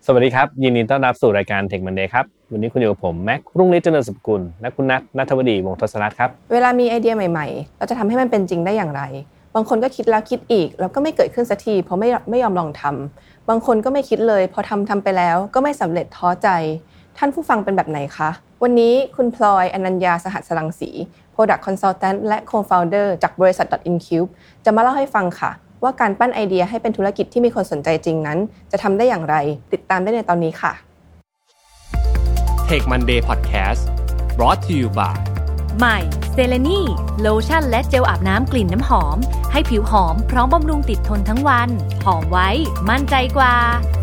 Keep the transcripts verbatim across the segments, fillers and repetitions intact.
สวัสดีครับยินดีต้อนรับสู่รายการ Tech Monday ครับวันนี้คุณอยู่กับผมแม็กรุ่งฤทธิ์เจริญสุขกุลและคุณนัทณัฐวดีวงศ์ทศรัตน์ครับเวลามีไอเดียใหม่ๆเราจะทำให้มันเป็นจริงได้อย่างไรบางคนก็คิดแล้วคิดอีกแล้วก็ไม่เกิดขึ้นสักทีเพราะไม่ไม่ยอมลองทำบางคนก็ไม่คิดเลยพอทำทำไปแล้วก็ไม่สำเร็จท้อใจท่านผู้ฟังเป็นแบบไหนคะวันนี้คุณพลอยอนัญญาสหัสรังสี Product Consultant และ Co-founder จากบริษัท .incube จะมาเล่าให้ฟังค่ะว่าการปั้นไอเดียให้เป็นธุรกิจที่มีคนสนใจจริงนั้นจะทำได้อย่างไรติดตามได้ในตอนนี้ค่ะ Tech Monday Podcast brought to you by ใหม่เซเลนีโลชั่นและเจลอาบน้ำกลิ่นน้ำหอมให้ผิวหอมพร้อมบำรุงติดทนทั้งวันหอมไว้มั่นใจกว่า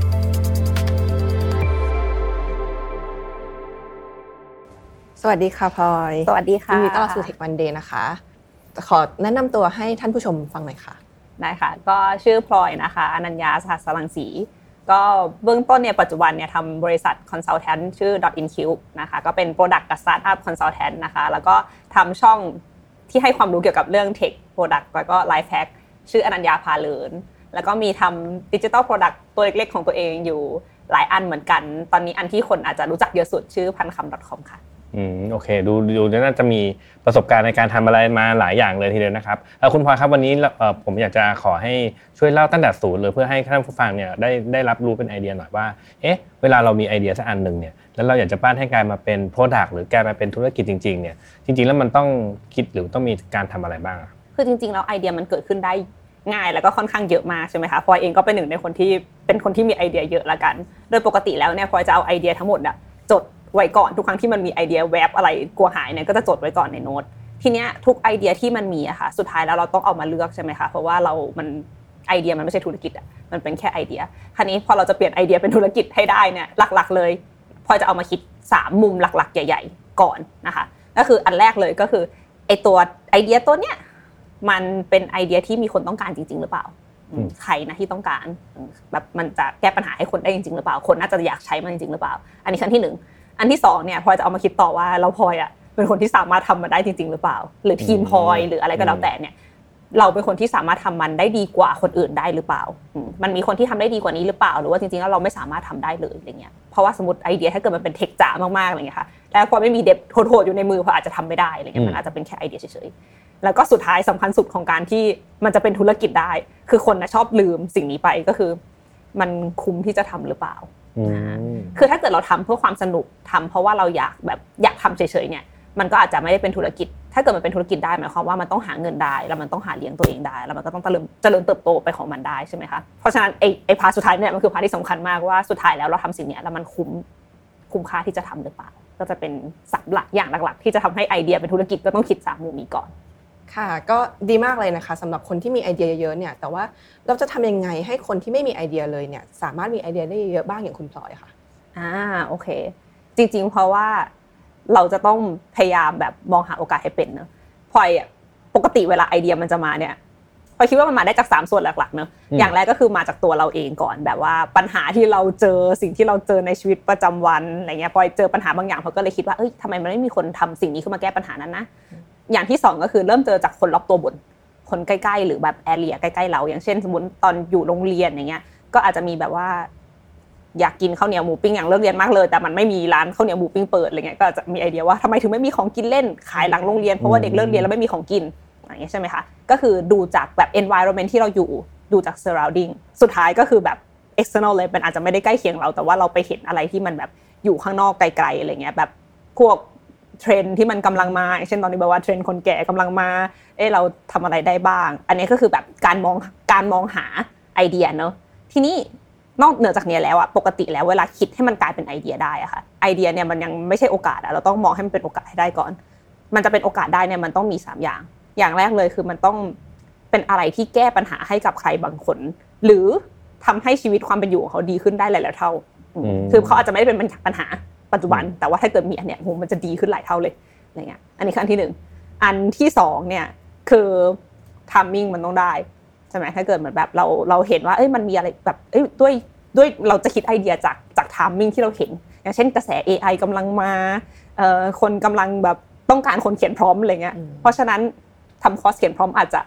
สวัสดีค่ะพลอยสวัสดีค่ะยินดีต้อนรับสู่ Tech Monday นะคะขอแนะนำตัวให้ท่านผู้ชมฟังหน่อยค่ะได้ค่ะก็ชื่อพลอยนะคะอนัญญาสหัสรังสีก็เบื้องต้นเนี่ยปัจจุบันเนี่ยทำบริษัท Consultant ชื่อ .incube นะคะก็เป็น Product กับ Startup Consultant นะคะแล้วก็ทำช่องที่ให้ความรู้เกี่ยวกับเรื่อง Tech Product แล้วก็ Life Hack ชื่ออนัญญาพาเลินแล้วก็มีทำ Digital Product ตัวเล็กๆของตัวเองอยู่หลายอันเหมือนกันตอนนี้อันที่คนอาจจะรู้จักเยอะสุดชื่อพันคำ .com ค่ะอืมโอเคดูดูน่าจะมีประสบการณ์ในการทำอะไรมาหลายอย่างเลยทีเดียวนะครับแล้วคุณพลอยครับวันนี้เอ่อผมอยากจะขอให้ช่วยเล่าตั้งแต่ศูนย์เลยเพื่อให้ท่านผู้ฟังเนี่ยได้ได้รับรู้เป็นไอเดียหน่อยว่าเอ๊ะเวลาเรามีไอเดียสักอันนึงเนี่ยแล้วเราอยากจะปั้นให้กลายมาเป็น product หรือกลายมาเป็นธุรกิจจริงๆเนี่ยจริงๆแล้วมันต้องคิดหรือต้องมีการทำอะไรบ้างคือจริงๆแล้วไอเดียมันเกิดขึ้นได้ง่ายแล้วก็ค่อนข้างเยอะมากใช่ไหมคะพลอยเองก็เป็นหนึ่งในคนที่เป็นคนที่มีไอเดียเยอะละกันโดยปกติแล้วเนี่ยพลอยจะเอาไอเดียทั้งหมดอะจดไว้ก่อนทุกครั้งที่มันมีไอเดียแวบอะไรกลัวหายเนี่ยก็จะจดไว้ก่อนในโน้ตทีเนี้ยทุกไอเดียที่มันมีอะค่ะสุดท้ายแล้วเราต้องเอามาเลือกใช่ไหมคะเพราะว่าเรามันไอเดียมันไม่ใช่ธุรกิจอะมันเป็นแค่ไอเดียคราวนี้พอเราจะเปลี่ยนไอเดียเป็นธุรกิจให้ได้เนี่ยหลักๆเลยพลอยจะเอามาคิดสามมุมหลักๆใหญ่ๆก่อนนะคะก็คืออันแรกเลยก็คือไอตัวไอเดียตัวเนี้ยมันเป็นไอเดียที่มีคนต้องการจริงๆหรือเปล่าใครนะที่ต้องการแบบมันจะแก้ปัญหาให้คนได้จริงๆหรือเปล่าคนน่าจะอยากใช้มันจริงๆหรือเปล่าอันนี้ขั้นที่หนึ่งอันที่สองเนี่ยพลอยจะเอามาคิดต่อว่าเราพลอยอ่ะเป็นคนที่สามารถทำมันได้จริงๆหรือเปล่าหรือทีมพลอยหรืออะไรก็แล้วแต่เนี่ยเราเป็นคนที่สามารถทำมันได้ดีกว่าคนอื่นได้หรือเปล่ามันมีคนที่ทำได้ดีกว่านี้หรือเปล่าหรือว่าจริงๆแล้วเราไม่สามารถทำได้เลยอะไรเงี้ยเพราะว่าสมมติไอเดียถ้าเกิดมันเป็นเทคจ๋ามากๆอะไรเงี้ยค่ะแล้วพอไม่มีเดฟโหดๆอยู่ในมือพออาจจะทำไม่ได้อะไรเงี้ยมันอาจจะเป็นแค่ไอเดียเฉยๆแล้วก็สุดท้ายสำคัญสุดของการที่มันจะเป็นธุรกิจได้คือคนนะชอบลืมสิ่งนี้ไปก็คือมันคุ้มที่จะทำหรือเปล่าคือถ้าเกิดเราทำเพื่อความสนุกทำเพราะว่าเราอยากแบบอยากทำเฉยๆเนี่ยมันก็อาจจะไม่ได้เป็นธุรกิจถ้าเกิดมันเป็นธุรกิจได้หมายความว่ามันต้องหาเงินได้แล้วมันต้องหาเลี้ยงตัวเองได้แล้วมันก็ต้องเจริญเจริญเติบโตไปของมันได้ใช่ไหมคะเพราะฉะนั้นไอ้ไอ้พาร์ทสุดท้ายเนี่ยมันคือพาร์ทที่สำคัญมากว่าสุดท้ายแล้วเราทำสิ่งนี้แล้วมันคุ้มคุ้มค่าที่จะทำหรือเปล่าก็จะเป็นสามหลักอย่างหลักๆที่จะทำให้ไอเดียเป็นธุรกิจก็ต้องคิดสามมุมนี้ก่อนค่ะก็ดีมากเลยนะคะสำหรับคนที่มีไอเดียเยอะๆเนี่ยแต่ว่าเราจะทำยังไงให้คนที่ไม่มีไอเดียเลยเนี่ยสามารถมีไอเดียได้เยอะบ้างอย่างคุณพลอยค่ะอ่าโอเคจริงๆเพราะว่าเราจะต้องพยายามแบบมองหาโอกาสให้เป็นเนอะพลอยอ่ะปกติเวลาไอเดียมันจะมาเนี่ยพลอยคิดว่ามันมาได้จากสามส่วนหลักๆเนอะอย่างแรกก็คือมาจากตัวเราเองก่อนแบบว่าปัญหาที่เราเจอสิ่งที่เราเจอในชีวิตประจำวันอะไรเงี้ยพลอยเจอปัญหาบางอย่างพลอยก็เลยคิดว่าเอ้ยทำไมมันไม่มีคนทำสิ่งนี้ขึ้นมาแก้ปัญหานั้นนะอย่างที่สองก็คือเริ่มเจอจากคนรอบตัวบนคนใกล้ๆหรือแบบแอเรียใกล้ๆเราอย่างเช่นสมมุติตอนอยู่โรงเรียนอย่างเงี้ยก็อาจจะมีแบบว่าอยากกินข้าวเหนียวหมูปิ้งอย่างเลิกเรียนมากเลยแต่มันไม่มีร้านข้าวเหนียวหมูปิ้งเปิดอะไรเงี้ยก็จะมีไอเดียว่าทำไมถึงไม่มีของกินเล่นขายหลังโรงเรียนเพราะว่าเด็กเลิกเรียนแล้วไม่มีของกินอย่างเงี้ยใช่ไหมคะก็คือดูจากแบบ environment ที่เราอยู่ดูจาก surrounding สุดท้ายก็คือแบบ external เลยมันอาจจะไม่ได้ใกล้เคียงเราแต่ว่าเราไปเห็นอะไรที่มันแบบอยู่ข้างนอกไกลๆอะไรเงี้ยแบบพวกเทรนด์ที่มันกำลังมาเช่นตอนนี้บอกว่าเทรนด์คนแก่กำลังมาเอ๊ะเราทำอะไรได้บ้างอันนี้ก็คือแบบการมองการมองหาไอเดียเนอะทีนี้นอกเหนือจากนี้แล้วอะปกติแล้วเวลาคิดให้มันกลายเป็นไอเดียได้อะค่ะไอเดียเนี่ยมันยังไม่ใช่โอกาสอะเราต้องมองให้มันเป็นโอกาสให้ได้ก่อนมันจะเป็นโอกาสได้เนี่ยมันต้องมีสามอย่างอย่างแรกเลยคือมันต้องเป็นอะไรที่แก้ปัญหาให้กับใครบางคนหรือทำให้ชีวิตความเป็นอยู่ของเขาดีขึ้นได้หลายๆเท่าคือเขาอาจจะไม่ได้เป็นปัญหาปัจจุบันแต่ว่าถ้าเกิดมีอันเนี้ยโหมันจะดีขึ้นหลายเท่าเลยอะไรเงี้ยอันนี้ขั้นที่หนึ่งอันที่สองเนี่ยคือทัมมิ่งมันต้องได้ใช่ไหมถ้าเกิดเหมือนแบบเราเราเห็นว่าเอ้ยมันมีอะไรแบบเอ้ยด้วยด้วยเราจะคิดไอเดียจากจากทัมมิ่งที่เราเห็นอย่างเช่นกระแส เอ ไอ กำลังมาเอ่อคนกำลังแบบต้องการคนเขียนพร้อมอะไรเงี้ยเพราะฉะนั้นทำคอร์สเขียนพร้อมอาจจะ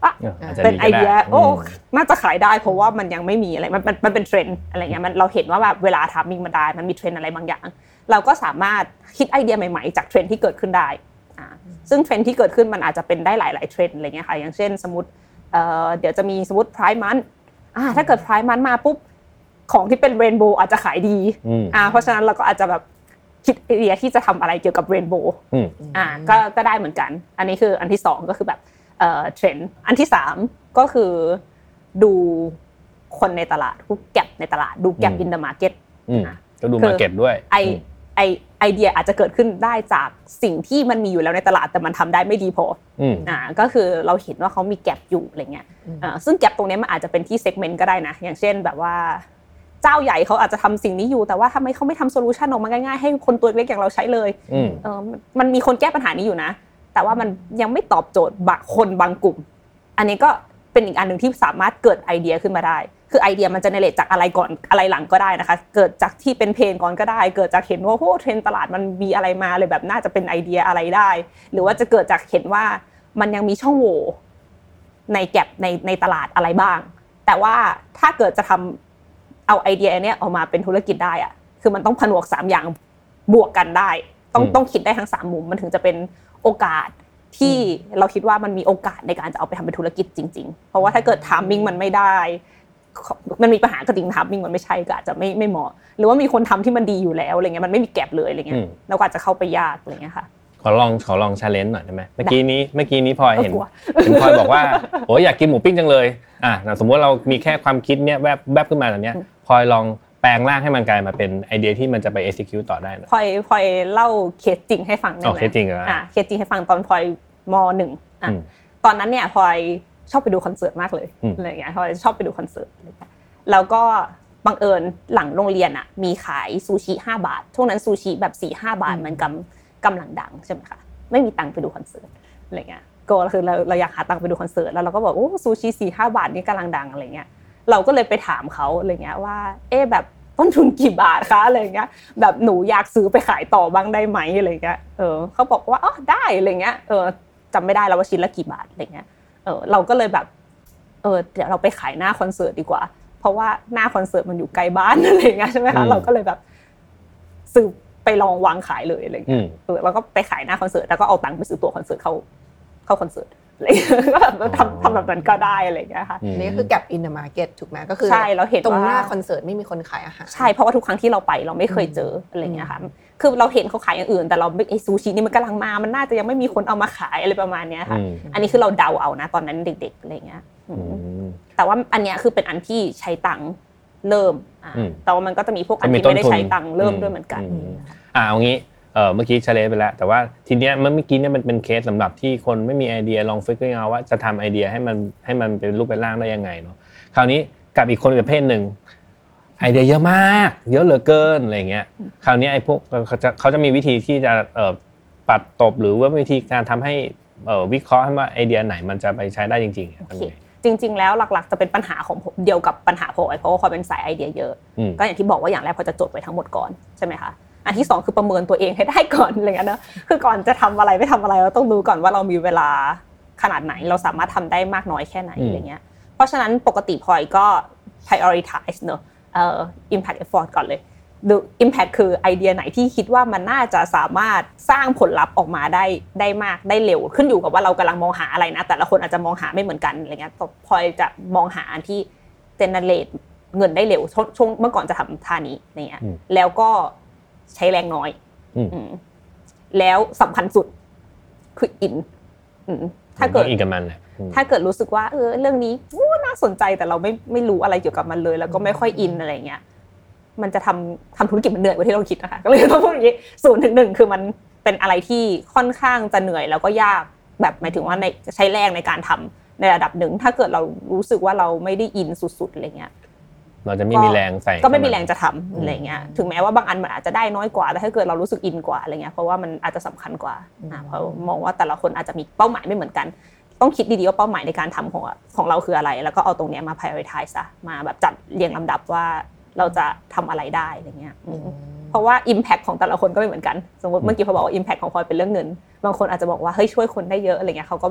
อ่ะเป็นไอเดียโอ้น่าจะขายได้เพราะว่ามันยังไม่มีอะไรมันมันมันเป็นเทรนด์อะไรเงี้ยมันเราเห็นว่าแบบเวลาทำมิ่งมันได้มันมีเทรนด์อะไรบางอย่างเราก็สามารถคิดไอเดียใหม่ๆจากเทรนด์ที่เกิดขึ้นได้อ่าซึ่งเทรนด์ที่เกิดขึ้นมันอาจจะเป็นได้หลายๆเทรนด์อะไรเงี้ยค่ะอย่างเช่นสมมุติเอ่อเดี๋ยวจะมีสมมุติ Pride Month อ่าถ้าเกิด Pride Month มาปุ๊บของที่เป็นเรนโบว์อาจจะขายดีอ่าเพราะฉะนั้นเราก็อาจจะแบบคิดไอเดียที่จะทำอะไรเกี่ยวกับเรนโบว์อ่าก็ก็ได้เหมือนกันอันนี้คืออันที่สองก็คือแบบเอ่อเทรนด์อันที่สามก็คือดูคนในตลาดดูแก็ปในตลาดดูแก็ปอินเดอะมาร์เก็ตนะก็ดูมาร์เก็ตด้วยไอไอไอเดียอาจจะเกิดขึ้นได้จากสิ่งที่มันมีอยู่แล้วในตลาดแต่มันทำได้ไม่ดีพออ่าก็คือเราเห็นว่าเขามีแก็ปอยู่อะไรเงี้ยอ่าซึ่งแก็ปตรงนี้มันอาจจะเป็นที่เซกเมนต์ก็ได้นะอย่างเช่นแบบว่าเจ้าใหญ่เขาอาจจะทำสิ่งนี้อยู่แต่ว่าทำไมเขาไม่ทำโซลูชันออกมาง่ายๆให้คนตัวเล็กอย่างเราใช้เลยเออมันมีคนแก้ปัญหานี้อยู่นะแต่ว่ามันยังไม่ตอบโจทย์บางคนบางกลุ่มอันนี้ก็เป็นอีกอันนึงที่สามารถเกิดไอเดียขึ้นมาได้คือไอเดียมันจะเนเรตจากอะไรก่อนอะไรหลังก็ได้นะคะเกิดจากที่เป็นเพนก่อนก็ได้เกิดจากเห็นว่าโอ้เทรนด์ตลาดมันมีอะไรมาเลยแบบน่าจะเป็นไอเดียอะไรได้หรือว่าจะเกิดจากเห็นว่ามันยังมีช่องโหว่ในแก็ปในในตลาดอะไรบ้างแต่ว่าถ้าเกิดจะทำเอาไอเดียเนี้ยออกมาเป็นธุรกิจได้อะคือมันต้องผนวกสามอย่างบวกกันได้ต้องต้องคิดได้ทั้งสามมุมมันถึงจะเป็นโอกาสที่เราคิดว่ามันมีโอกาสในการจะเอาไปทำเป็นธุรกิจจริงๆเพราะว่าถ้าเกิดไทมิ่งมันไม่ได้มันมีปัญหากระดิ่งไทมิ่งมันไม่ใช่ก็อาจจะไม่ไม่เหมาะหรือว่ามีคนทำที่มันดีอยู่แล้วอะไรเงี้ยมันไม่มีแก็ปเลยอะไรเงี้ยเราก็อาจจะเข้าไปยากอะไรเงี้ยค่ะขอลองขอลอง challenge หน่อยได้มั้ยเมื่อกี้นี้เมื่อกี้นี้พลอยเห็นเห็นพลอยบอกว่าโหอยากกินหมูปิ้งจังเลยอ่ะสมมุติเรามีแค่ความคิดเนี้ยแวบแวบขึ้นมาแบบเนี้ยพลอยลองแปลงร่างให้มันกลายมาเป็นไอเดียที่มันจะไป execute ต่อได้นะพลอยพลอยเล่าเคสจริงให้ฟังได้มั้ยเคสจริงเหรออ่ะเคสจริงให้ฟังตอนพลอยม.หนึ่ง อ่ะตอนนั้นเนี่ยพลอยชอบไปดูคอนเสิร์ตมากเลยอะไรอย่างเงี้ยพลอยชอบไปดูคอนเสิร์ตแล้วก็บังเอิญหลังโรงเรียนอ่ะมีขายซูชิห้าบาทช่วงนั้นซูชิแบบ สี่ห้า บาทมันกำกำลังดังใช่มั้ยคะไม่มีตังค์ไปดูคอนเสิร์ตอะไรเงี้ยก็คือเราเราอยากหาตังค์ไปดูคอนเสิร์ตแล้วเราก็บอกโอ้ซูชิ สี่ห้า บาทนี่กำลังดังอะไรเงี้ยเราก็เลยไปถามเขาอะไรเงี้ยว่าเอ๊ะแบบต้นทุนกี่บาทคะอะไรเงี้ยแบบหนูอยากซื้อไปขายต่อบ้างได้ไหมอะไรเงี้ยเออเขาบอกว่าอ๋อได้อะไรเงี้ยเออจำไม่ได้แล้วว่าชิ้นละกี่บาทอะไรเงี้ยเออเราก็เลยแบบเออเดี๋ยวเราไปขายหน้าคอนเสิร์ตดีกว่าเพราะว่าหน้าคอนเสิร์ตมันอยู่ไกลบ้านอะไรเงี้ยใช่ไหมคะเราก็เลยแบบซื้อไปลองวางขายเลยอะไรเงี้ยเออเราก็ไปขายหน้าคอนเสิร์ตแล้วก็เอาตังค์ไปซื้อตั๋วคอนเสิร์ตเข้าเข้าคอนเสิร์ตอะไรก็แบบทำทำแบบนั้นก็ได้อะไรเงี้ยค่ะนี่คือ gap in the market ถูกไหมก็คือใช่เราเห็นตรงหน้าคอนเสิร์ตไม่มีคนขายอาหารใช่เพราะว่าทุกครั้งที่เราไปเราไม่เคยเจออะไรเงี้ยค่ะคือเราเห็นเขาขายอย่างอื่นแต่เราไอ้ซูชินี่มันกำลังมามันน่าจะยังไม่มีคนเอามาขายอะไรประมาณเนี้ยค่ะอันนี้คือเราเดาเอานะตอนนั้นเด็กๆอะไรเงี้ยแต่ว่าอันเนี้ยคือเป็นอันที่ใช้ตังค์เริ่มแต่ว่ามันก็จะมีพวกอันที่ไม่ได้ใช้ตังค์เริ่มด้วยเหมือนกันอ่าเอางี้เอ่อเมื่อกี้เฉลยไปแล้วแต่ว่าทีเนี้ยเมื่อกี้เนี่ยมันเป็นเคสสำหรับที่คนไม่มีไอเดียลองฟิกเกอร์เอาว่าจะทำไอเดียให้มันให้มันเป็นรูปเป็นร่างได้ยังไงเนาะคราวนี้กับอีกคนประเภทนึงไอเดียเยอะมากเยอะเหลือเกินอะไรเงี้ยคราวนี้ไอ้พวกเขาจะเขาจะมีวิธีที่จะเอ่อปัดตบหรือว่าวิธีการทำให้เอ่อวิเคราะห์ให้ว่าไอเดียไหนมันจะไปใช้ได้จริงๆมันจริงๆแล้วหลักๆจะเป็นปัญหาของเดียวกับปัญหาพอยเพราะว่าพอเป็นสายไอเดียเยอะก็อย่างที่บอกว่าอย่างแรกพอจะจดไว้ทั้งหมดก่อนใช่ไหมคะอันที่สองคือประเมินตัวเองให้ได้ก่อนอะไรเงี้ยเนอะคือก่อนจะทำอะไรไม่ทำอะไรเราต้องดูก่อนว่าเรามีเวลาขนาดไหนเราสามารถทำได้มากน้อยแค่ไหนอะไรเงี้ยเพราะฉะนั้นปกติพอยก็ prioritize เนอะเอ่อ impact effort ก่อนเลยดู impact คือไอเดียไหนที่คิดว่ามันน่าจะสามารถสร้างผลลัพธ์ออกมาได้ได้มากได้เร็วขึ้นอยู่กับว่าเรากำลังมองหาอะไรนะแต่ละคนอาจจะมองหาไม่เหมือนกันอะไรเงี้ยพอยจะมองหาอันที่ generate เงินได้เร็วช่วงเมื่อก่อนจะทำท่านี้เนี่ยแล้วก็ใช้แรงน้อยแล้วสำคัญสุดคืออินถ้าเกิดอินกับมันแหละถ้าเกิดรู้สึกว่าเออเรื่องนี้น่าสนใจแต่เราไม่ไม่รู้อะไรเกี่ยวกับมันเลยแล้วก็ไม่ค่อยอินอะไรเงี้ยมันจะทำทำธุรกิจมันเหนื่อยกว่าที่เราคิดนะคะก็เลยต้องพูดอย่างนี้ศูนย์ถึงหนึ่งคือมันเป็นอะไรที่ค่อนข้างจะเหนื่อยแล้วก็ยากแบบหมายถึงว่าในใช้แรงในการทำในระดับหนึ่งถ้าเกิดเรารู้สึกว่าเราไม่ได้อินสุดๆอะไรเงี้ยเราจะไม่มีแรงใส่ก็ไม่มีแรงจะทำอะไรเงี้ยถึงแม้ว่าบางอันมันอาจจะได้น้อยกว่าแต่ถ้าเกิดเรารู้สึกอินกว่าอะไรเงี้ยเพราะว่ามันอาจจะสำคัญกว่าเพราะมองว่าแต่ละคนอาจจะมีเป้าหมายไม่เหมือนกันต้องคิดดีๆว่าเป้าหมายในการทำของของเราคืออะไรแล้วก็เอาตรงนี้มา prioritize ซะมาแบบจัดเรียงลำดับว่าเราจะทำอะไรได้อะไรเงี้ยเพราะว่า impact ของแต่ละคนก็ไม่เหมือนกันสมมติเมื่อกี้พอบอกว่า impact ของพลอยเป็นเรื่องเงินบางคนอาจจะบอกว่าเฮ้ยช่วยคนได้เยอะอะไรเงี้ยเขาก็แบบ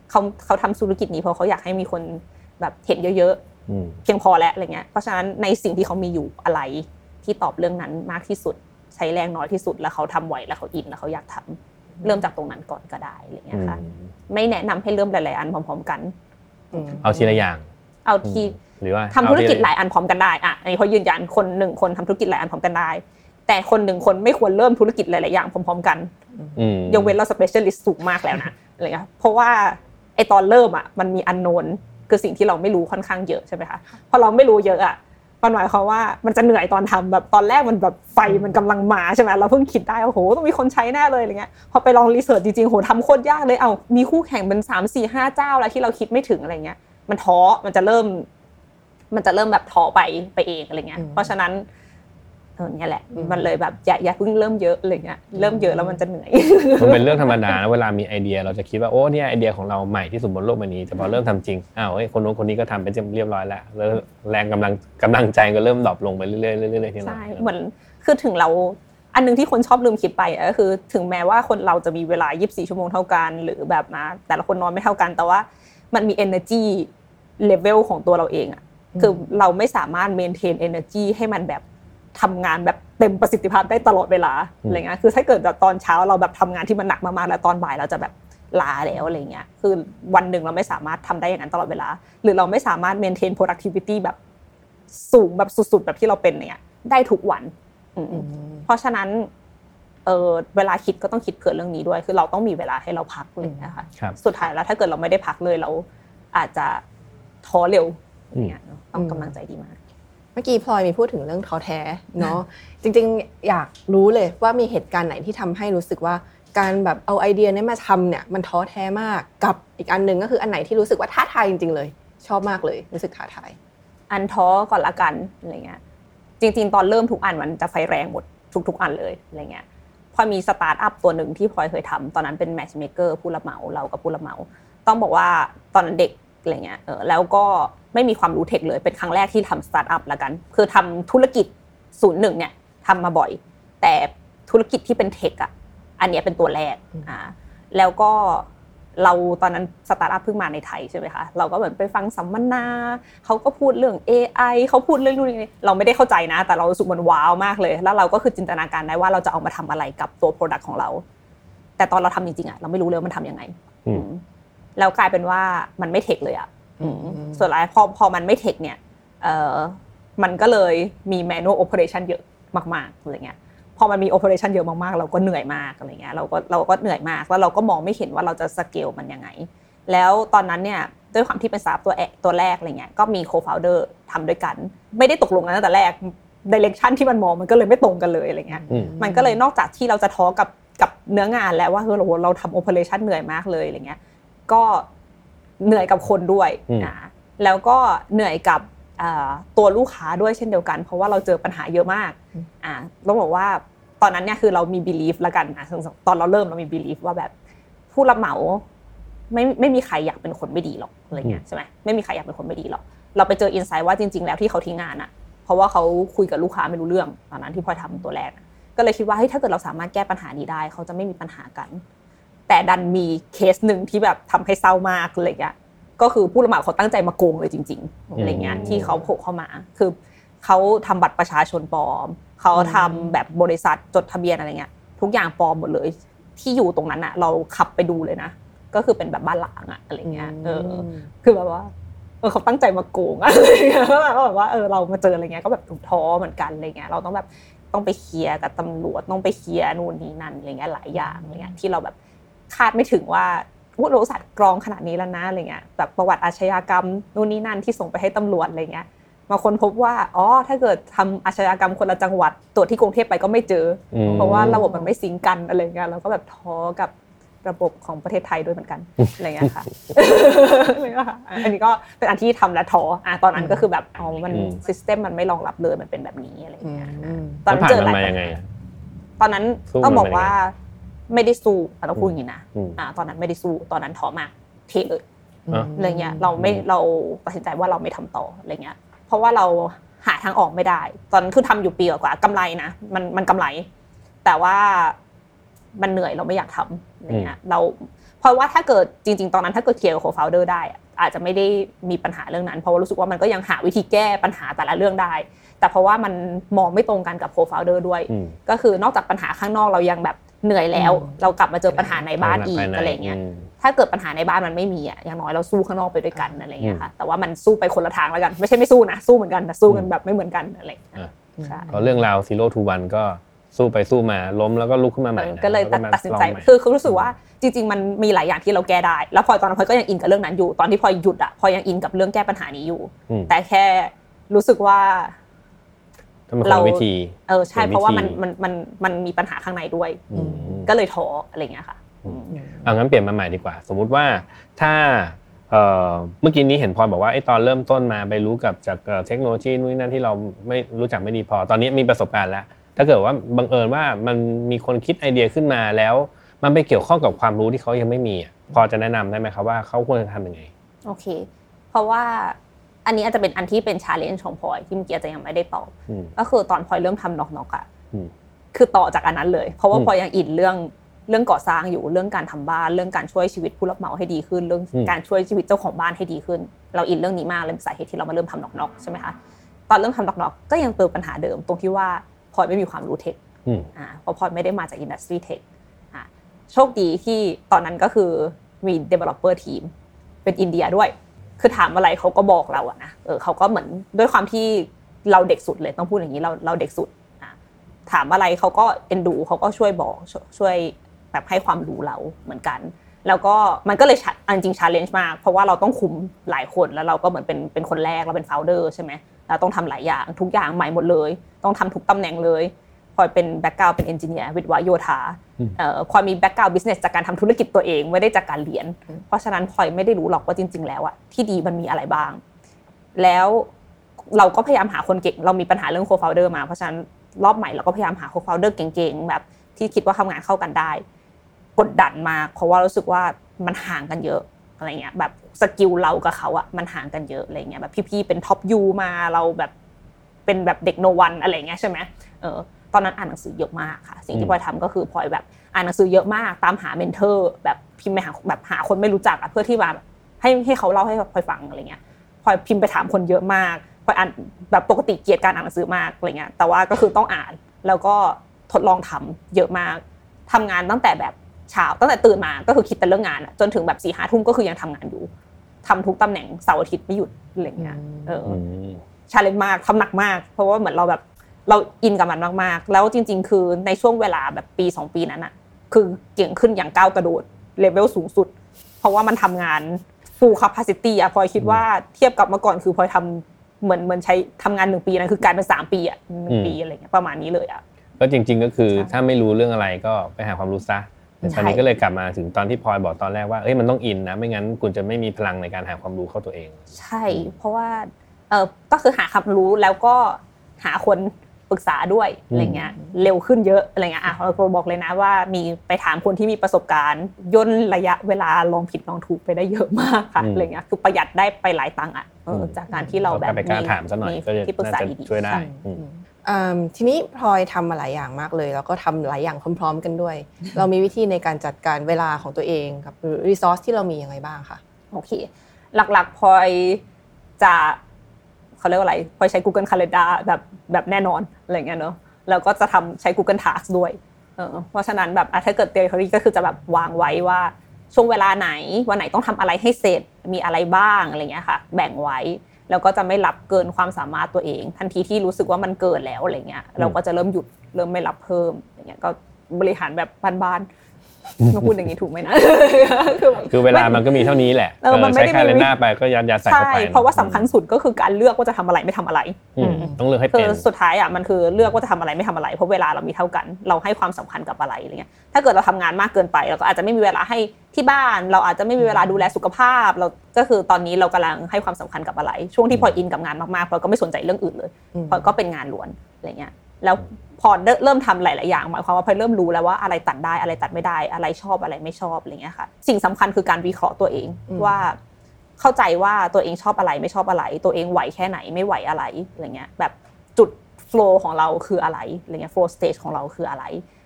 เขาเขาทำธุรกิจนี้เพราะเขาอยากให้มีคนแบบเห็นเยอะๆเพียงพอแล้วอะไรเงี้ยเพราะฉะนั้นในสิ่งที่เขามีอยู่อะไรที่ตอบเรื่องนั้นมากที่สุดใช้แรงน้อยที่สุดแล้วเขาทำไหวแล้วเขาอินแล้วเขาอยากทำเริ่มจากตรงนั้นก่อนก็ได้อะไรเงี้ยค่ะไม่แนะนำให้เริ่มหลายๆอันพร้อมๆกันเอาทีละอย่างเอาทีหรือว่าทำธุรกิจหลายอันพร้อมกันได้อ่ะอันนี้เขายืนยันคนหนึ่งคนทำธุรกิจหลายอันพร้อมกันได้แต่คนหนึ่งคนไม่ควรเริ่มธุรกิจหลายๆอย่างพร้อมๆกันยกเว้นเราสเปเชียลิสต์สูงมากแล้วนะอะไรเงี้ยเพราะว่าไอตอนเริ่มอ่ะมันมีอันโนนคือสิ่งที่เราไม่รู้ค่อนข้างเยอะใช่ไหมคะพอเราไม่รู้เยอะอ่ะมันหมายความว่ามันจะเหนื่อยตอนทำแบบตอนแรกมันแบบไฟมันกำลังมาใช่ไหมเราเพิ่งคิดได้โอ้โหต้องมีคนใช้แน่เลยอะไรเงี้ยพอไปลองรีเสิร์ชจริงๆโหทำโคตรยากเลยเอามีคู่แข่งเป็นสาม สี่ ห้าเจ้าแล้วที่เราคิดไม่ถึงอะไรเงี้ยมันท้อมันจะเริ่มมันจะเริ่มแบบท้อไปไปเองอะไรเงี้ยเพราะฉะนั้นเออเนี่ยแหละมันเลยแบบอย่าอย่าเพิ่งเริ่มเยอะอะไรเงี้ยเริ่มเยอะแล้วมันจะเหนื่อยมันเป็นเรื่องธรรมดานะเวลามีไอเดียเราจะคิดว่าโอ้เนี่ยไอเดียของเราใหม่ที่สุดบนโลกใบนี้แต่พอเริ่มทำจริงอ้าวเฮ้ยคนโน้นคนนี้ก็ทำไปเรียบร้อยแล้วแล้วแรงกำลังกำลังใจก็เริ่มดรอปลงไปเรื่อยๆเรื่อยๆทีละใช่เหมือนคือถึงเราอันนึงที่คนชอบลืมคิดไปก็คือถึงแม้ว่าคนเราจะมีเวลายี่สิบสี่ชั่วโมงเท่ากันหรือแบบนะแต่ละคนนอนไม่เท่ากันแต่ว่ามันมี energy level ของตัวเราเองอ่ะคือเราไม่สามารถ maintain energy ให้มันแบบทำงานแบบเต็มประสิทธิภาพได้ตลอดเวลาอะไรเงี้ยคือถ้าเกิดแบบตอนเช้าเราแบบทำงานที่มันหนักมากๆแล้วตอนบ่ายเราจะแบบล้าแล้วอะไรเงี้ยคือวันหนึ่งเราไม่สามารถทำได้อย่างนั้นตลอดเวลาหรือเราไม่สามารถ maintain productivity แบบสูงแบบสุดๆแบบที่เราเป็นเนี่ยได้ทุกวันเพราะฉะนั้นเออเวลาคิดก็ต้องคิดเผื่อเรื่องนี้ด้วยคือเราต้องมีเวลาให้เราพักเลยนะคะสุดท้ายแล้วถ้าเกิดเราไม่ได้พักเลยเราอาจจะท้อเร็วอย่างเงี้ยต้องกำลังใจดีมากเมื่อกี้พลอยมีพูดถึงเรื่องท้อแท้เนาะจริงๆอยากรู้เลยว่ามีเหตุการณ์ไหนที่ทำให้รู้สึกว่าการแบบเอาไอเดียนี้มาทำเนี่ยมันท้อแท้มากกับอีกอันนึงก็คืออันไหนที่รู้สึกว่าท้าทายจริงๆเลยชอบมากเลยรู้สึกท้าทายอันท้อก่อนละกันอะไรเงี้ยจริงๆตอนเริ่มทุกอันมันจะไฟแรงหมดทุกๆอันเลยอะไรเงี้ยพอมีสตาร์ทอัพตัวหนึ่งที่พลอยเคยทำตอนนั้นเป็นแมทช์เมคเกอร์ผู้รับเหมาเรากับผู้รับเหมาต้องบอกว่าตอนนั้นเด็กอะไรเงี้ยเออแล้วก็ไม่มีความรู้เทคเลยเป็นครั้งแรกที่ทำสตาร์ทอัพละกันคือทำธุรกิจศูนย์หนึ่งเนี่ยทำมาบ่อยแต่ธุรกิจที่เป็นเทคอ่ะอันนี้เป็นตัวแรกอ่าแล้วก็เราตอนนั้นสตาร์ทอัพเพิ่งมาในไทยใช่ไหมคะเราก็เหมือนไปฟังสัมมนาเขาก็พูดเรื่อง เอ ไอ เขาพูดเรื่องนู่นนี่เราไม่ได้เข้าใจนะแต่เรารู้สึกมันว้าวมากเลยแล้วเราก็คือจินตนาการได้ว่าเราจะเอามาทำอะไรกับตัว product ของเราแต่ตอนเราทำจริงๆอ่ะเราไม่รู้เลยมันทำยังไงแล้วกลายเป็นว่ามันไม่เทคเลยอ่ะส่วนหลายพอพอมันไม่เทคเนี่ยเอ่อมันก็เลยมี manual operation เยอะมากๆอะไรเงี้ยพอมันมี operation เยอะมากๆเราก็เหนื่อยมากอะไรเงี้ยเราก็เราก็เหนื่อยมากแล้วเราก็มองไม่เห็นว่าเราจะสเกลมันยังไงแล้วตอนนั้นเนี่ยด้วยความที่เป็นสตาร์ทตัวตัวแรกอะไรเงี้ยก็มี co-founder ทำด้วยกันไม่ได้ตกลงกันตั้งแต่แรก direction ที่มันมองมันก็เลยไม่ตรงกันเลยอะไรเงี้ยมันก็เลยนอกจากที่เราจะท้อกับกับเนื้องานแล้วว่าเฮ้ยเราเราทำ operation เหนื่อยมากเลยอะไรเงี้ยก็เหนื่อยกับคนด้วยนะแล้วก็เหนื่อยกับตัวลูกค้าด้วยเช่นเดียวกันเพราะว่าเราเจอปัญหาเยอะมากอ่าต้องบอกว่าตอนนั้นเนี่ยคือเรามี belief ละกันนะตอนเราเริ่มเรามี belief ว่าแบบผู้รับเหมาไม่ไม่มีใครอยากเป็นคนไม่ดีหรอกอะไรเงี้ยใช่ไหมไม่มีใครอยากเป็นคนไม่ดีหรอกเราไปเจอ insight ว่าจริงๆแล้วที่เขาทิ้งงานอ่ะเพราะว่าเขาคุยกับลูกค้าไม่รู้เรื่องตอนนั้นที่พลอยทำตัวแรกก็เลยคิดว่าเฮ้ยถ้าเกิดเราสามารถแก้ปัญหานี้ได้เขาจะไม่มีปัญหากันแต่ดันมีเคสนึงที่แบบทำให้เศร้ามากอะไรเงี้ยก็คือผู้รับเหมาเขาตั้งใจมาโกงเลยจริงๆอะไรเงี้ยที่เขาโผล่เข้ามาคือเขาทำบัตรประชาชนปลอมเขาทำแบบบริษัทจดทะเบียนอะไรเงี้ยทุกอย่างปลอมหมดเลยที่อยู่ตรงนั้นอะเราขับไปดูเลยนะก็คือเป็นแบบบ้านล้างอะอะไรเงี้ยเออคือแบบว่าเออเขาตั้งใจมาโกงอะไรเงี้ยก็แบบว่าเออเรามาเจออะไรเงี้ยก็แบบถูกท้อเหมือนกันอะไรเงี้ยเราต้องแบบต้องไปเคลียร์กับตำรวจต้องไปเคลียร์นู่นนี่นั่นอะไรเงี้ยหลายอย่างอะไรเงี้ยที่เราแบบคาดไม่ถึงว่าผู้รู้สัตว์กรองขนาดนี้แล้วนะอะไรเงี้ยแบบประวัติอาชญากรรมนู่นนี่นั่นที่ส่งไปให้ตำรวจอะไรเงี้ยมาคนพบว่าอ๋อถ้าเกิดทำอาชญากรรมคนละจังหวัดตรวจที่กรุงเทพไปก็ไม่เจอเพราะว่าระบบมันไม่ซิงกันอะไรเงี้ยเราก็แบบท้อกับระบบของประเทศไทยด้วยเหมือนกันอะไรเงี้ยค่ะอันนี้ก็เป็นอันที่ทำและท้ออ่ะตอนนั้นก็คือแบบอ๋อมันซิสเต็มมันไม่รองรับเลยมันเป็นแบบนี้อะไรเงี้ยตอนเจออะไรตอนนั้นต้องบอกว่าไม่ได้สู้ต้องพูดอย่างนี้นะอ่าตอนนั้นไม่ได้สู้ตอนนั้นท้อมากเทเลยอะไรเงี้ยเราไม่เราตัดสินใจว่าเราไม่ทำต่ออะไรเงี้ยเพราะว่าเราหาทางออกไม่ได้ตอนคือทำอยู่ปีกว่ากำไรนะมันมันกำไรแต่ว่ามันเหนื่อยเราไม่อยากทำอะไรเงี้ยเราพอราะว่าถ้าเกิดจริงๆตอนนั้นถ้าเกิดเคลียร์กับโคฟาวเดอร์ได้อาจจะไม่ได้มีปัญหาเรื่องนั้นเพราะว่ารู้สึกว่ามันก็ยังหาวิธีแก้ปัญหาแต่ละเรื่องได้แต่เพราะว่ามันมองไม่ตรงกันกับโคฟาวเดอร์ด้วยก็คือนอกจากปัญหาข้างนอกเรายังแบบเหนื่อยแล้วเรากลับมาเจอปัญหาในบ้านอีกอะไรเงี้ยถ้าเกิดปัญหาในบ้านมันไม่มีอ่ะอย่างน้อยเราสู้ข้างนอกไปด้วยกันอะไรเงี้ยค่ะแต่ว่ามันสู้ไปคนละทางแล้วกันไม่ใช่ไม่สู้นะสู้เหมือนกันแต่สู้กันแบบไม่เหมือนกันอะไรใช่ก็เรื่องราวzero to oneก็สู้ไปสู้มาล้มแล้วก็ลุกขึ้นมาใหม่ก็เลยตัดสินใจคือคือรู้สึกว่าจริงๆมันมีหลายอย่างที่เราแก้ได้แล้วพอตอนนั้นพลอยก็ยังอินกับเรื่องนั้นอยู่ตอนที่พลอยหยุดอ่ะพลอยยังอินกับเรื่องแก้ปัญหานี้อยู่แต่แค่รู้สึกว่าเราวิธีเออใช่เพราะว่ามันมันมันมันมีปัญหาข้างในด้วยก็เลยท้ออะไรเงี้ยค่ะเอางั้นเปลี่ยนมาใหม่ดีกว่าสมมุติว่าถ้าเอ่อเมื่อกี้นี้เห็นพลอยบอกว่าไอ้ตอนเริ่มต้นมาไปรู้กับจากเทคโนโลยีนู่นนั่นที่เราไม่รู้จักไม่ดีพอตอนนี้มีประสบการณ์แล้วถ้าเกิดว่าบังเอิญว่ามันมีคนคิดไอเดียขึ้นมาแล้วมันไปเกี่ยวข้องกับความรู้ที่เขายังไม่มีพอจะแนะนำได้ไหมครับว่าเขาควรจะทำยังไงโอเคเพราะว่าอันนี้อาจจะเป็นอันที่เป็น challenge ของพลอยที่เมื่อกี้จะยังไม่ได้ตอบก็คือตอนพลอยเริ่มทำน็อกๆอ่ะคือต่อจากอันนั้นเลยเพราะว่าพลอยยังอินเรื่องเรื่องก่อสร้างอยู่เรื่องการทำบ้านเรื่องการช่วยชีวิตผู้รับเหมาให้ดีขึ้นเรื่องการช่วยชีวิตเจ้าของบ้านให้ดีขึ้นเราอินเรื่องนี้มากเลยสาเหตุที่เรามาเริ่มทำน็อกๆใช่ไหมคะตอนเริ่มทำน็อกๆก็ยังเจอปัญหาเดิมตรงที่ว่าพลอยไม่มีความรู้เทคอ่าเพราะพลอยไม่ได้มาจากอินดัสทรีเทคอ่าโชคดีที่ตอนนั้นก็คือมี developer team เป็นอินเดียด้วยคือถามอะไรเขาก็บอกเราอะนะเออเขาก็เหมือนด้วยความที่เราเด็กสุดเลยต้องพูดอย่างนี้เราเราเด็กสุดอ่ะถามอะไรเขาก็เอ็นดูเขาก็ช่วยบอกช่วยแบบให้ความรู้เราเหมือนกันแล้วก็มันก็เลยจริงๆ challenge มากเพราะว่าเราต้องคุมหลายคนแล้วเราก็เหมือนเป็นเป็นคนแรกเราเป็น founder ใช่ไหมเราต้องทำหลายอย่างทุกอย่างใหม่หมดเลยต้องทำทุกตำแหน่งเลยพลอยเป็นแบ็คกราวด์เป็นเอนจิเนียร์วิศวะโยธาเอ่อพลอยมีแบ็คกราวด์บิสเนสจากการทำธุรกิจตัวเองไม่ได้จากการเรียนเพราะฉะนั้นพลอยไม่ได้รู้หรอกว่าจริงๆแล้วอะที่ดีมันมีอะไรบ้างแล้วเราก็พยายามหาคนเก่งเรามีปัญหาเรื่องโคฟาวเดอร์มาเพราะฉะนั้นรอบใหม่เราก็พยายามหาโคฟาวเดอร์เก่งๆแบบที่คิดว่าทำงานเข้ากันได้กดดันมากเพราะว่ารู้สึกว่ามันห่างกันเยอะอะไรเงี้ยแบบสกิลเรากับเขาอะมันห่างกันเยอะอะไรเงี้ยแบบพี่ๆเป็นท็อปยูมาเราแบบเป็นแบบเด็กโนวันอะไรเงี้ยใช่ไหมเออตอนนั้นอ่านหนังสือเยอะมากค่ะสิ่งที่พลอยทำก็คือพลอยแบบอ่านหนังสือเยอะมากตามหาเมนเทอร์แบบพิมพ์ไปหาแบบหาคนไม่รู้จักเพื่อที่ว่าให้ให้เขาเล่าให้พลอยฟังอะไรเงี้ยพลอยพิมพ์ไปถามคนเยอะมากพลอยอ่านแบบปกติเกลียดการอ่านหนังสือมากอะไรเงี้ยแต่ว่าก็คือต้องอ่านแล้วก็ทดลองทำเยอะมากทำงานตั้งแต่แบบเช้าตั้งแต่ตื่นมาก็คือคิดแต่เรื่องงานจนถึงแบบสี่ห้าทุ่มก็คือยังทำงานอยู่ทำทุกตำแหน่งเสาร์อาทิตย์ไม่หยุดอะไรเงี้ยเออชาเลนจ์มากทำหนักมากเพราะว่าเหมือนเราแบบเราอินกับมันมากๆแล้วจริงๆคือในช่วงเวลาแบบปีสองปีนั้นน่ะคือเก่งขึ้นอย่างก้าวกระโดดเลเวลสูงสุดเพราะว่ามันทำงาน full capacity อ่ะพลอยคิดว่าเทียบกับเมื่อก่อนคือพลอยทำเหมือนเหมือนใช้ทำงานหนึ่งปีนั้นคือกลายเป็นสามปีอ่ะหนึ่งปีอะไรเงี้ยประมาณนี้เลยอ่ะก็จริงๆก็คือถ้าไม่รู้เรื่องอะไรก็ไปหาความรู้ซะแต่ตอนนี้ก็เลยกลับมาถึงตอนที่พลอยบอกตอนแรกว่าเอ้ยมันต้องอินนะไม่งั้นคุณจะไม่มีพลังในการหาความรู้เข้าตัวเองใช่เพราะว่าเออก็คือหาความรู้แล้วก็หาคนปรึกษาด้วยอะไรเงี้ยเร็วขึ้นเยอะอะไรเงี้ยอ่ะเราบอกเลยนะว่ามีไปถามคนที่มีประสบการณ์ย่นระยะเวลาลองผิดลองถูกไปได้เยอะมากค่ะอะไรเงี้ยคือประหยัดได้ไปหลายตังค์อ่ะจากการที่เราแบบไปการถามซะหน่อยก็จะที่ปรึกษาดีๆช่วยได้ทีนี้พลอยทำมาหลายอย่างมากเลยแล้วก็ทำหลายอย่างพร้อมๆกันด้วยเรามีวิธีในการจัดการเวลาของตัวเองกับรีซอสที่เรามียังไงบ้างคะโอเคหลักๆพลอยจะเขาเรียกว่าอะไรพลอยใช้ Google Calendar แบบแบบแน่นอนอะไรเงี้ยเนาะแล้วก็จะทำใช้ Google Task ด้วยเออเพราะฉะนั้นแบบถ้าเกิด theory ก็คือจะแบบวางไว้ว่าช่วงเวลาไหนวันไหนต้องทำอะไรให้เสร็จมีอะไรบ้างอะไรเงี้ยค่ะแบ่งไว้แล้วก็จะไม่รับเกินความสามารถตัวเองทันทีที่รู้สึกว่ามันเกินแล้วอะไรเงี้ยเราก็จะเริ่มหยุดเริ่มไม่รับเพิ่มอย่างเงี้ยก็บริหารแบบบ้านๆก็พูดอย่างนี้ถูกไหมนะคือเวลามันก็มีเท่านี้แหละใช้คาเลนดาร์ไปก็ยัดยัดใส่เข้าไปใช่เพราะว่าสำคัญสุดก็คือการเลือกว่าจะทำอะไรไม่ทำอะไรต้องเลือกให้เป็นคือสุดท้ายอ่ะมันคือเลือกว่าจะทำอะไรไม่ทำอะไรเพราะเวลาเรามีเท่ากันเราให้ความสำคัญกับอะไรอะไรเงี้ยถ้าเกิดเราทำงานมากเกินไปเราก็อาจจะไม่มีเวลาให้ที่บ้านเราอาจจะไม่มีเวลาดูแลสุขภาพเราก็คือตอนนี้เรากำลังให้ความสำคัญกับอะไรช่วงที่พออินกับงานมากๆพอก็ไม่สนใจเรื่องอื่นเลยพอก็เป็นงานล้วนอะไรเงี้ยแล้วพอเริ่มทำหลายๆอย่างหมายความว่าพอเริ่มรู้แล้วว่าอะไรตัดได้อะไรตัดไม่ได้อะไรชอบอะไรไม่ชอบอะไรเงี้ยค่ะสิ่งสำคัญคือการวิเคราะห์ตัวเองว่าเข้าใจว่าตัวเองชอบอะไรไม่ชอบอะไรตัวเองไหวแค่ไหนไม่ไหวอะไรอะไรเงี้ยแบบจุดโฟลว์ของเราคืออะไรอะไรเงี้ยโฟลว์สเตจของเราคืออะไร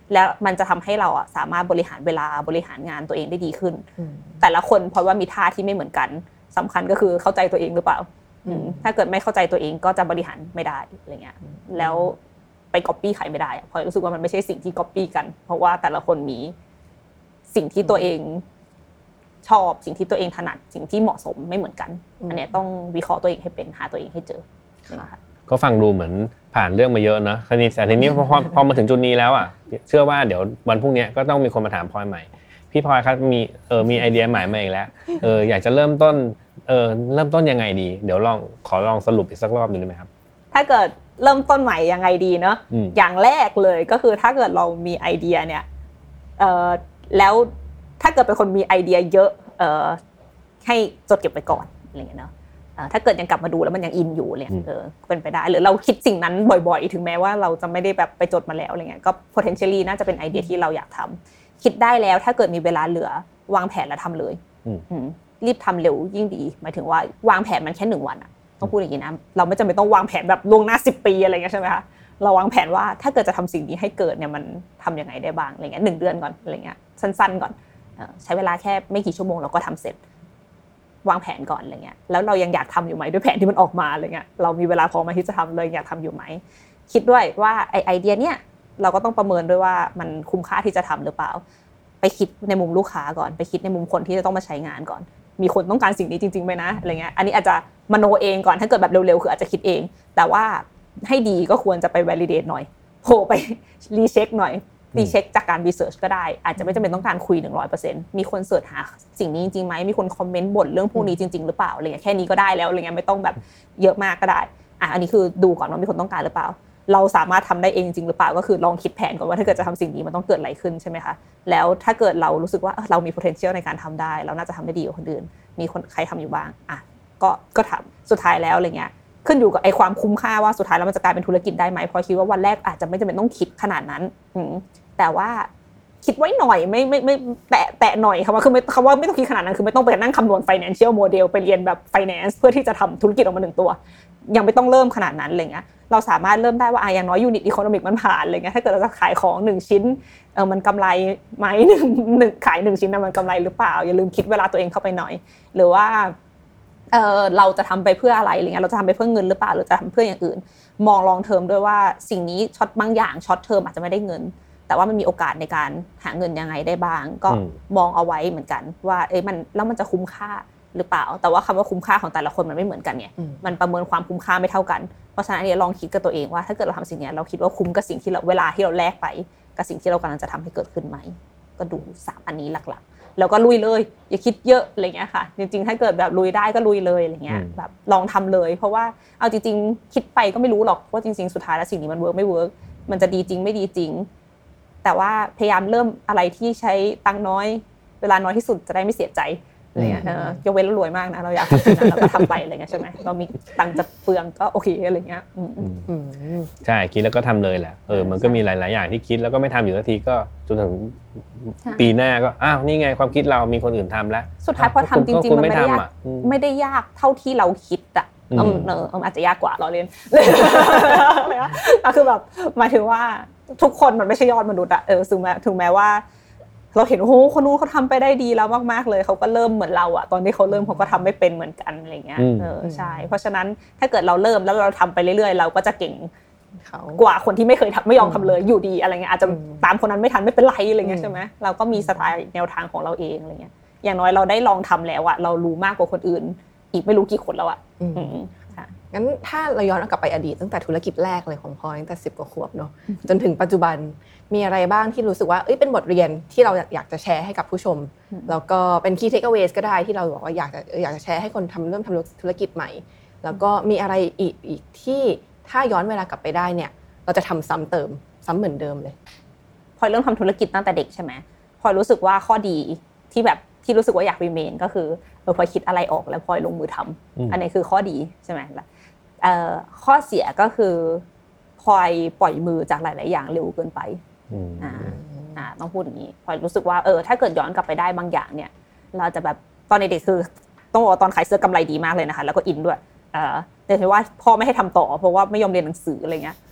แล้วมันจะทำให้เราอ่ะสามารถบริหารเวลาบริหารงานตัวเองได้ดีขึ้นแต่ละคนเพราะว่ามีท่าที่ไม่เหมือนกันสำคัญก็คือเข้าใจตัวเองหรือเปล่าถ้าเกิดไม่เข้าใจตัวเองก็จะบริหารไม่ได้อะไรเงี้ยแล้วไปก๊อปปี้ใครไม่ได้เพราะรู้สึกว่ามันไม่ใช่สิ่งที่ก๊อปปี้กันเพราะว่าแต่ละคนมีสิ่งที่ตัวเองชอบสิ่งที่ตัวเองถนัดสิ่งที่เหมาะสมไม่เหมือนกันอันนี้ต้องวิเคราะห์ตัวเองให้เป็นหาตัวเองให้เจอนะคะก็ฟังดูเหมือนผ่านเรื่องมาเยอะนะทีนี้แต่ทีนี้พอพอมาถึงจุดนี้แล้วอ่ะเชื่อว่าเดี๋ยววันพรุ่งนี้ก็ต้องมีคนมาถามพลอยใหม่พี่พลอยครับมีเออมีไอเดียใหม่มาอีกแล้วเอออยากจะเริ่มต้นเออเริ่มต้นยังไงดีเดี๋ยวลองขอลองสรุปอีกสักรอบนึงได้มั้ยครับถ้าเกิดเริ่มต้นใหม่ยังไงดีเนาะอย่างแรกเลยก็คือถ้าเกิดเรามีไอเดียเนี่ยเอ่อแล้วถ้าเกิดเป็นคนมีไอเดียเยอะเอ่อให้จดเก็บไว้ก่อนอะไรอย่างเงี้ยเนาะถ้าเกิดยังกลับมาดูแล้วมันยังอินอยู่เนี่ยเออเป็นไปได้หรือเราคิดสิ่งนั้นบ่อยๆถึงแม้ว่าเราจะไม่ได้แบบไปจดมาแล้วอะไรเงี้ยก็ potentially น่าจะเป็นไอเดียที่เราอยากทำคิดได้แล้วถ้าเกิดมีเวลาเหลือวางแผนแล้วทำเลยรีบทำเร็วยิ่งดีหมายถึงว่าวางแผนมันแค่หนึ่งวันอะต้องพูดอย่างนี้นะเราไม่จำเป็นต้องวางแผนแบบล่วงหน้าสิบปีอะไรเงี้ยใช่ไหมคะเราวางแผนว่าถ้าเกิดจะทำสิ่งนี้ให้เกิดเนี่ยมันทำยังไงได้บ้างอะไรเงี้ยหนึ่งเดือนก่อนอะไรเงี้ยสั้นๆก่อนใช้เวลาแค่ไม่กี่ชั่วโมงเราก็ทำเสร็จวางแผนก่อนอะไรเงี้ยแล้วเรายังอยากทำอยู่ไหมด้วยแผนที่มันออกมาอะไรเงี้ยเรามีเวลาพอมาที่จะทำเลยอยากทำอยู่ไหมคิดด้วยว่าไอไอเดียเนี้ยเราก็ต้องประเมินด้วยว่ามันคุ้มค่าที่จะทำหรือเปล่าไปคิดในมุมลูกค้าก่อนไปคิดในมุมคนที่จะต้องมาใช้งานก่อนมีคนต้องการสิ่งนี้จริงๆไหมนะอะไรเงี้ยอันนี้อาจจะมโนเองก่อนถ้าเกิดแบบเร็วๆคืออาจจะคิดเองแต่ว่าให้ดีก็ควรจะไป validate หน่อยโผล่ไปรีเช็คหน่อยรีเช็คจากการรีเสิร์ชก็ได้อาจจะไม่จำเป็นต้องการคุย หนึ่งร้อยเปอร์เซ็นต์ มีคนเสิร์ชหาสิ่งนี้จริงๆไหมมีคนคอมเมนต์บ่นเรื่องพวกนี้จริงๆหรือเปล่าอะไรเงี้ยแค่นี้ก็ได้แล้วอะไรเงี้ยไม่ต้องแบบเยอะมากก็ได้อ่ะอันนี้คือดูก่อนว่ามีคนต้องการหรือเปล่าเราสามารถทำได้เองจริงหรือเปล่าก็คือลองคิดแผนก่อนว่าถ้าเกิดจะทำสิ่งนี้มันต้องเกิดอะไรขึ้นใช่ไหมคะแล้วถ้าเกิดเรารู้สึกว่าเรามี potential ในการทำได้เราน่าจะทำได้ดีกว่าคนอื่นมีคนใครทำอยู่บ้างอ่ะก็ก็ทำสุดท้ายแล้วอะไรเงี้ยขึ้นอยู่กับไอ้ความคุ้มค่าว่าสุดท้ายแล้วมันจะกลายเป็นธุรกิจได้ไหมเพราะคิดว่าวันแรกอาจจะไม่จำเป็นต้องคิดขนาดนั้นแต่ว่าคิดไว้หน่อยไม่ไม่ไม่แตะแตะหน่อยคำว่าคือไม่คำว่าไม่ต้องคิดขนาดนั้นคือไม่ต้องไปนั่งคำนวณ financial model ไปเรียนแบบ finance เพื่อที่จะทำธุรกิจออกมาหนึ่งตัวยังไม่ต้องเริ่มขนาดนั้นอะไรเงี้ยเราสามารถเริ่มได้ว่าอ่ะอย่างน้อย unit economic มันผ่านอะไรเงี้ยถ้าเกิดเราจะขายของหนึ่งชิ้นเออมันกำไรไหมหนึ่งหนึ่งขายหนึ่งชิ้นน่ะมันกำไรหรือเปล่าอย่าลืมคิดเวลาตัวเองเข้าไปหน่อยหรือว่าเออเราจะทำไปเพื่ออะไรอะไรเงี้ยเราจะทำไปเพื่อเงินหรือเปล่าหรือจะทำเพื่ออย่างอื่นมอง long term ด้วยว่าสิ่งนี้ช็อตบางอย่าง short term อาจจะไม่ได้เงินแต่ว่ามันมีโอกาสในการหาเงินยังไงได้บ้างก็มองเอาไว้เหมือนกันว่าเอ้ยมันแล้วมันจะคุ้มค่าหรือเปล่าแต่ว่าคำว่าคุ้มค่าของแต่ละคนมันไม่เหมือนกันไงมันประเมินความคุ้มค่าไม่เท่ากันเพราะฉะนั้นเนี่ยลองคิดกับตัวเองว่าถ้าเกิดเราทำสิ่งนี้เราคิดว่าคุ้มกับสิ่งที่เราเวลาที่เราแลกไปกับสิ่งที่เรากำลังจะทำให้เกิดขึ้นไหมก็ดูสามอันนี้หลักๆแล้วก็ลุยเลยอย่าคิดเยอะอะไรเงี้ยค่ะจริงๆถ้าเกิดแบบลุยได้ก็ลุยเลยอะไรเงี้ยแบบลองทำเลยเพราะว่าเอาจริงๆคิดไปก็ไม่รู้หรอกว่าจริงๆสุดท้ายแล้วสิ่งนี้มันเวิร์กไม่เวิร์กมันจะดีจริงไม่ดีจริงแต่ว่าพยายามเริ่มอะไรที่ใช้ตังค์น้อยเวลาน้อยที่สุดจะได้ไม่เสียใจอะไรเงี้ยเออยกเว้นเรารวยมากนะเราอยากทำสิ่งนั้นเราก็ทำไปอะไรเงี้ยใช่ไหมเรามีตังค์จะเปลืองก็โอเคอะไรเงี้ยใช่คิดแล้วก็ทำเลยแหละเออมันก็มีหลายๆอย่างที่คิดแล้วก็ไม่ทำอยู่สักทีก็จนถึงปีหน้าก็อ้าวนี่ไงความคิดเรามีคนอื่นทำแล้วสุดท้ายพอทำจริงๆมันไม่ได้ยากไม่ได้ยากเท่าที่เราคิดอ่ะเอออาจจะยากกว่าเราเล่นคือแบบหมายถึงว่าทุกคนมันไม่ใช่ยอดมนุษย์อะเออถึงแม้ถึงแม้ว่าเราเห็นโอ้โหคนนู้นเขาทำไปได้ดีแล้วมากๆเลยเขาก็เริ่มเหมือนเราอะตอนที่เขาเริ่มเขาก็ทำไม่เป็นเหมือนกันอะไรเงี้ยเออใช่เพราะฉะนั้นถ้าเกิดเราเริ่มแล้วเราทำไปเรื่อยๆเราก็จะเก่งกว่าคนที่ไม่เคยทำไม่ยอมทำเลยอยู่ดีอะไรเงี้ยอาจจะตามคนนั้นไม่ทันไม่เป็นไรอะไรเงี้ยใช่ไหมเราก็มีสไตล์แนวทางของเราเองอะไรเงี้ยอย่างน้อยเราได้ลองทำแล้วอะเรารู้มากกว่าคนอื่นอีกไม่รู้กี่คนแล้วอะงั้นถ้าเราย้อนกลับไปอดีตตั้งแต่ธุรกิจแรกเลยของพลอยตั้งแต่สิบกว่าขวบเนาะจนถึงปัจจุบันมีอะไรบ้างที่รู้สึกว่าเอ้ยเป็นบทเรียนที่เราอยากจะแชร์ให้กับผู้ชมแล้วก็เป็น key takeaways ก็ได้ที่เราบอกว่าอยากจะอยากจะแชร์ให้คนทำเริ่มทำธุรกิจใหม่แล้วก็มีอะไรอีกอีกที่ถ้าย้อนเวลากลับไปได้เนี่ยเราจะทำซ้ำเติมซ้ำเหมือนเดิมเลยพลอยเริ่มทำธุรกิจตั้งแต่เด็กใช่ไหมพลอยรู้สึกว่าข้อดีที่แบบที่รู้สึกว่าอยาก remain ก็คือเออพลอยคิดอะไรออกแล้วพลอยลงมือทำอันนี้คือข้อดีใช่ไหมเอ่อข้อเสียก็คือพลอยปล่อยมือจากหลายๆอย่างเร็วเกินไปอ่าอ่าต้องพูดอย่างนี้พลอยรู้สึกว่าเออถ้าเกิดย้อนกลับไปได้บางอย่างเนี่ยเราจะแบบตอนเด็กๆคือต้องบอกว่าตอนขายเสื้อกำไรดีมากเลยนะคะแล้วก็อินด้วยเอ่อแต่ที่ว่าพ่อไม่ให้ทำต่อเพราะว่าไม่ยอมเรียนหนังสืออะไรเงี้ย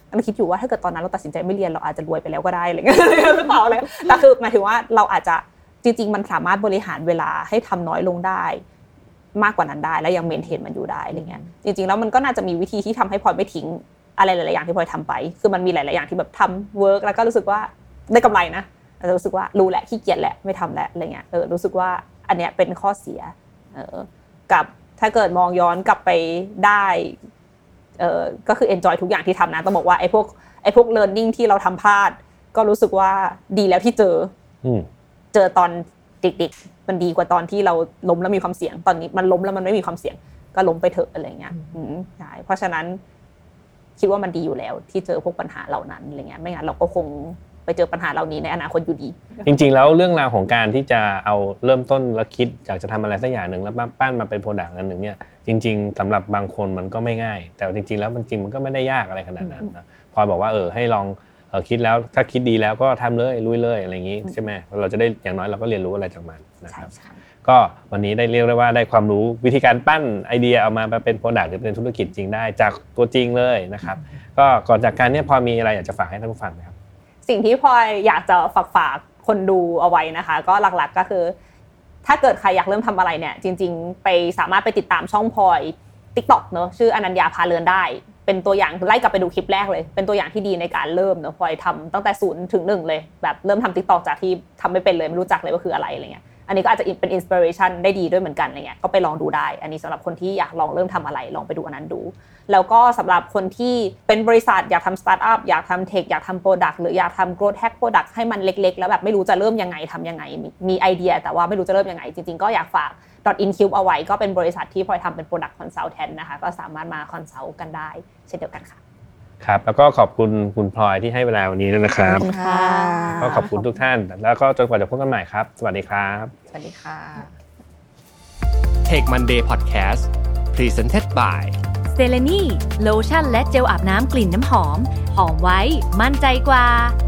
เราคิดอยู่ว่าถ้าเกิดตอนนั้นเราตัดสินใจไม่เรียนเราอาจจะรวยไปแล้วก็ได้อะไรเงี้ยหรือเปล่าอะไรแต่คือหมายถึงว่าเราอาจจะจริงๆมันสามารถบริหารเวลาให้ทำน้อยลงได้มากกว่านั้นได้แล้วยังเมนเทนมันอยู่ได้อะไรเงี้ยจริงๆแล้วมันก็น่าจะมีวิธีที่ทำให้พลอยไม่ทิ้งอะไรหลายๆอย่างที่พลอยทำไปคือมันมีหลายๆอย่างที่แบบทำเวิร์กแล้วก็รู้สึกว่าได้กำไรนะแต่รู้สึกว่ารู้แหละขี้เกียจแหละไม่ทำแล้วอะไรเงี้ยเออรู้สึกว่าอันเนี้ยเป็นข้อเสียเออกับถ้าเกิดมองย้อนกลับไปได้เออก็คือ enjoy ทุกอย่างที่ทำนะต้องบอกว่าไอ้พวกไอ้พวก learning ที่เราทำพลาดก็รู้สึกว่าดีแล้วที่เจอเจอตอนเด็กๆมันดีกว่าตอนที่เราล้มแล้วมีความเสี่ยงตอนนี้มันล้มแล้วมันไม่มีความเสี่ยงก็ล้มไปเถอะอะไรเงี้ยอืมใช่เพราะฉะนั้นคิดว่ามันดีอยู่แล้วที่เจอพวกปัญหาเหล่านั้นอะไรเงี้ยไม่งั้นเราก็คงไปเจอปัญหาเหล่านี้ในอนาคตอยู่ดีจริงๆแล้วเรื่องราวของการที่จะเอาเริ่มต้นแล้วคิดอยากจะทำอะไรสักอย่างนึงแล้วปั้นมาเป็นโปรดักต์อันนึงเนี่ยจริงๆสำหรับบางคนมันก็ไม่ง่ายแต่จริงๆแล้วมันจริงมันก็ไม่ได้ยากอะไรขนาดนั้นนะพลอยบอกว่าเออให้ลองเออคิดแล้วถ้าคิดดีแล้วก็ทำเลยลุยเลยอะไรอย่างงี้ใช่ไหมเราจะได้อย่างน้อยเราก็เรียนรู้อะไรจากมันนะครับก็วันนี้ได้เรียกได้ว่าได้ความรู้วิธีการปั้นไอเดียเอามาเป็นโปรดักต์หรือเป็นธุรกิจจริงได้จากตัวจริงเลยนะครับก็ก่อนจากการเนี่ยพอมีอะไรอยากจะฝากให้ท่านผู้ฟังไหมครับสิ่งที่พลอยอยากจะฝากฝากคนดูเอาไว้นะคะก็หลักๆก็คือถ้าเกิดใครอยากเริ่มทำอะไรเนี่ยจริงๆไปสามารถไปติดตามช่องพลอย TikTok เนอะชื่ออนัญญาพาเรือนได้เป็นตัวอย่างไล่กลับไปดูคลิปแรกเลยเป็นตัวอย่างที่ดีในการเริ่มเนอะพลอยทำตั้งแต่ศูนย์ถึงหนึ่งเลยแบบเริ่มทำ TikTok จากที่ทำไม่เป็นเลยไม่รู้จักเลยว่าคืออะไรอะไรเงี้ยอันนี้ก็อาจจะเป็นอินสปิเรชันได้ดีด้วยเหมือนกันอะไรเงี้ยก็ไปลองดูได้อันนี้สำหรับคนที่อยากลองเริ่มทำอะไรลองไปดูอันนั้นดูแล้วก็สำหรับคนที่เป็นบริษัทอยากทำสตาร์ทอัพอยากทำเทคอยากทำโปรดักต์หรืออยากทำโกรทแฮกโปรดักต์ให้มันเล็กๆแล้วแบบไม่รู้จะเริ่มยังไงทำยังไงมีไอเดียแต่ว่าไม่รู้จะเริ่มยังไงจริงๆก็อยากฝาก .incube เอาไว้ก็เป็นบริษัทที่พลอยทำเป็น Product Consultant นะคะก็สามารถมาคอนซัลท์กันได้เช่นเดียวกันค่ะครับแล้วก็ขอบคุณคุณพลอยที่ให้เวลาวันนี้ด้วยนะครับก็ขอบคุณทุกท่านแล้วก็จนกว่าจะพบกันใหม่ครับสวัสดีครับสวัสดีค่ะ Take Monday Podcast Presented by เซเลนีโลชั่นและเจลอาบน้ำกลิ่นน้ำหอมหอมไว้มั่นใจกว่า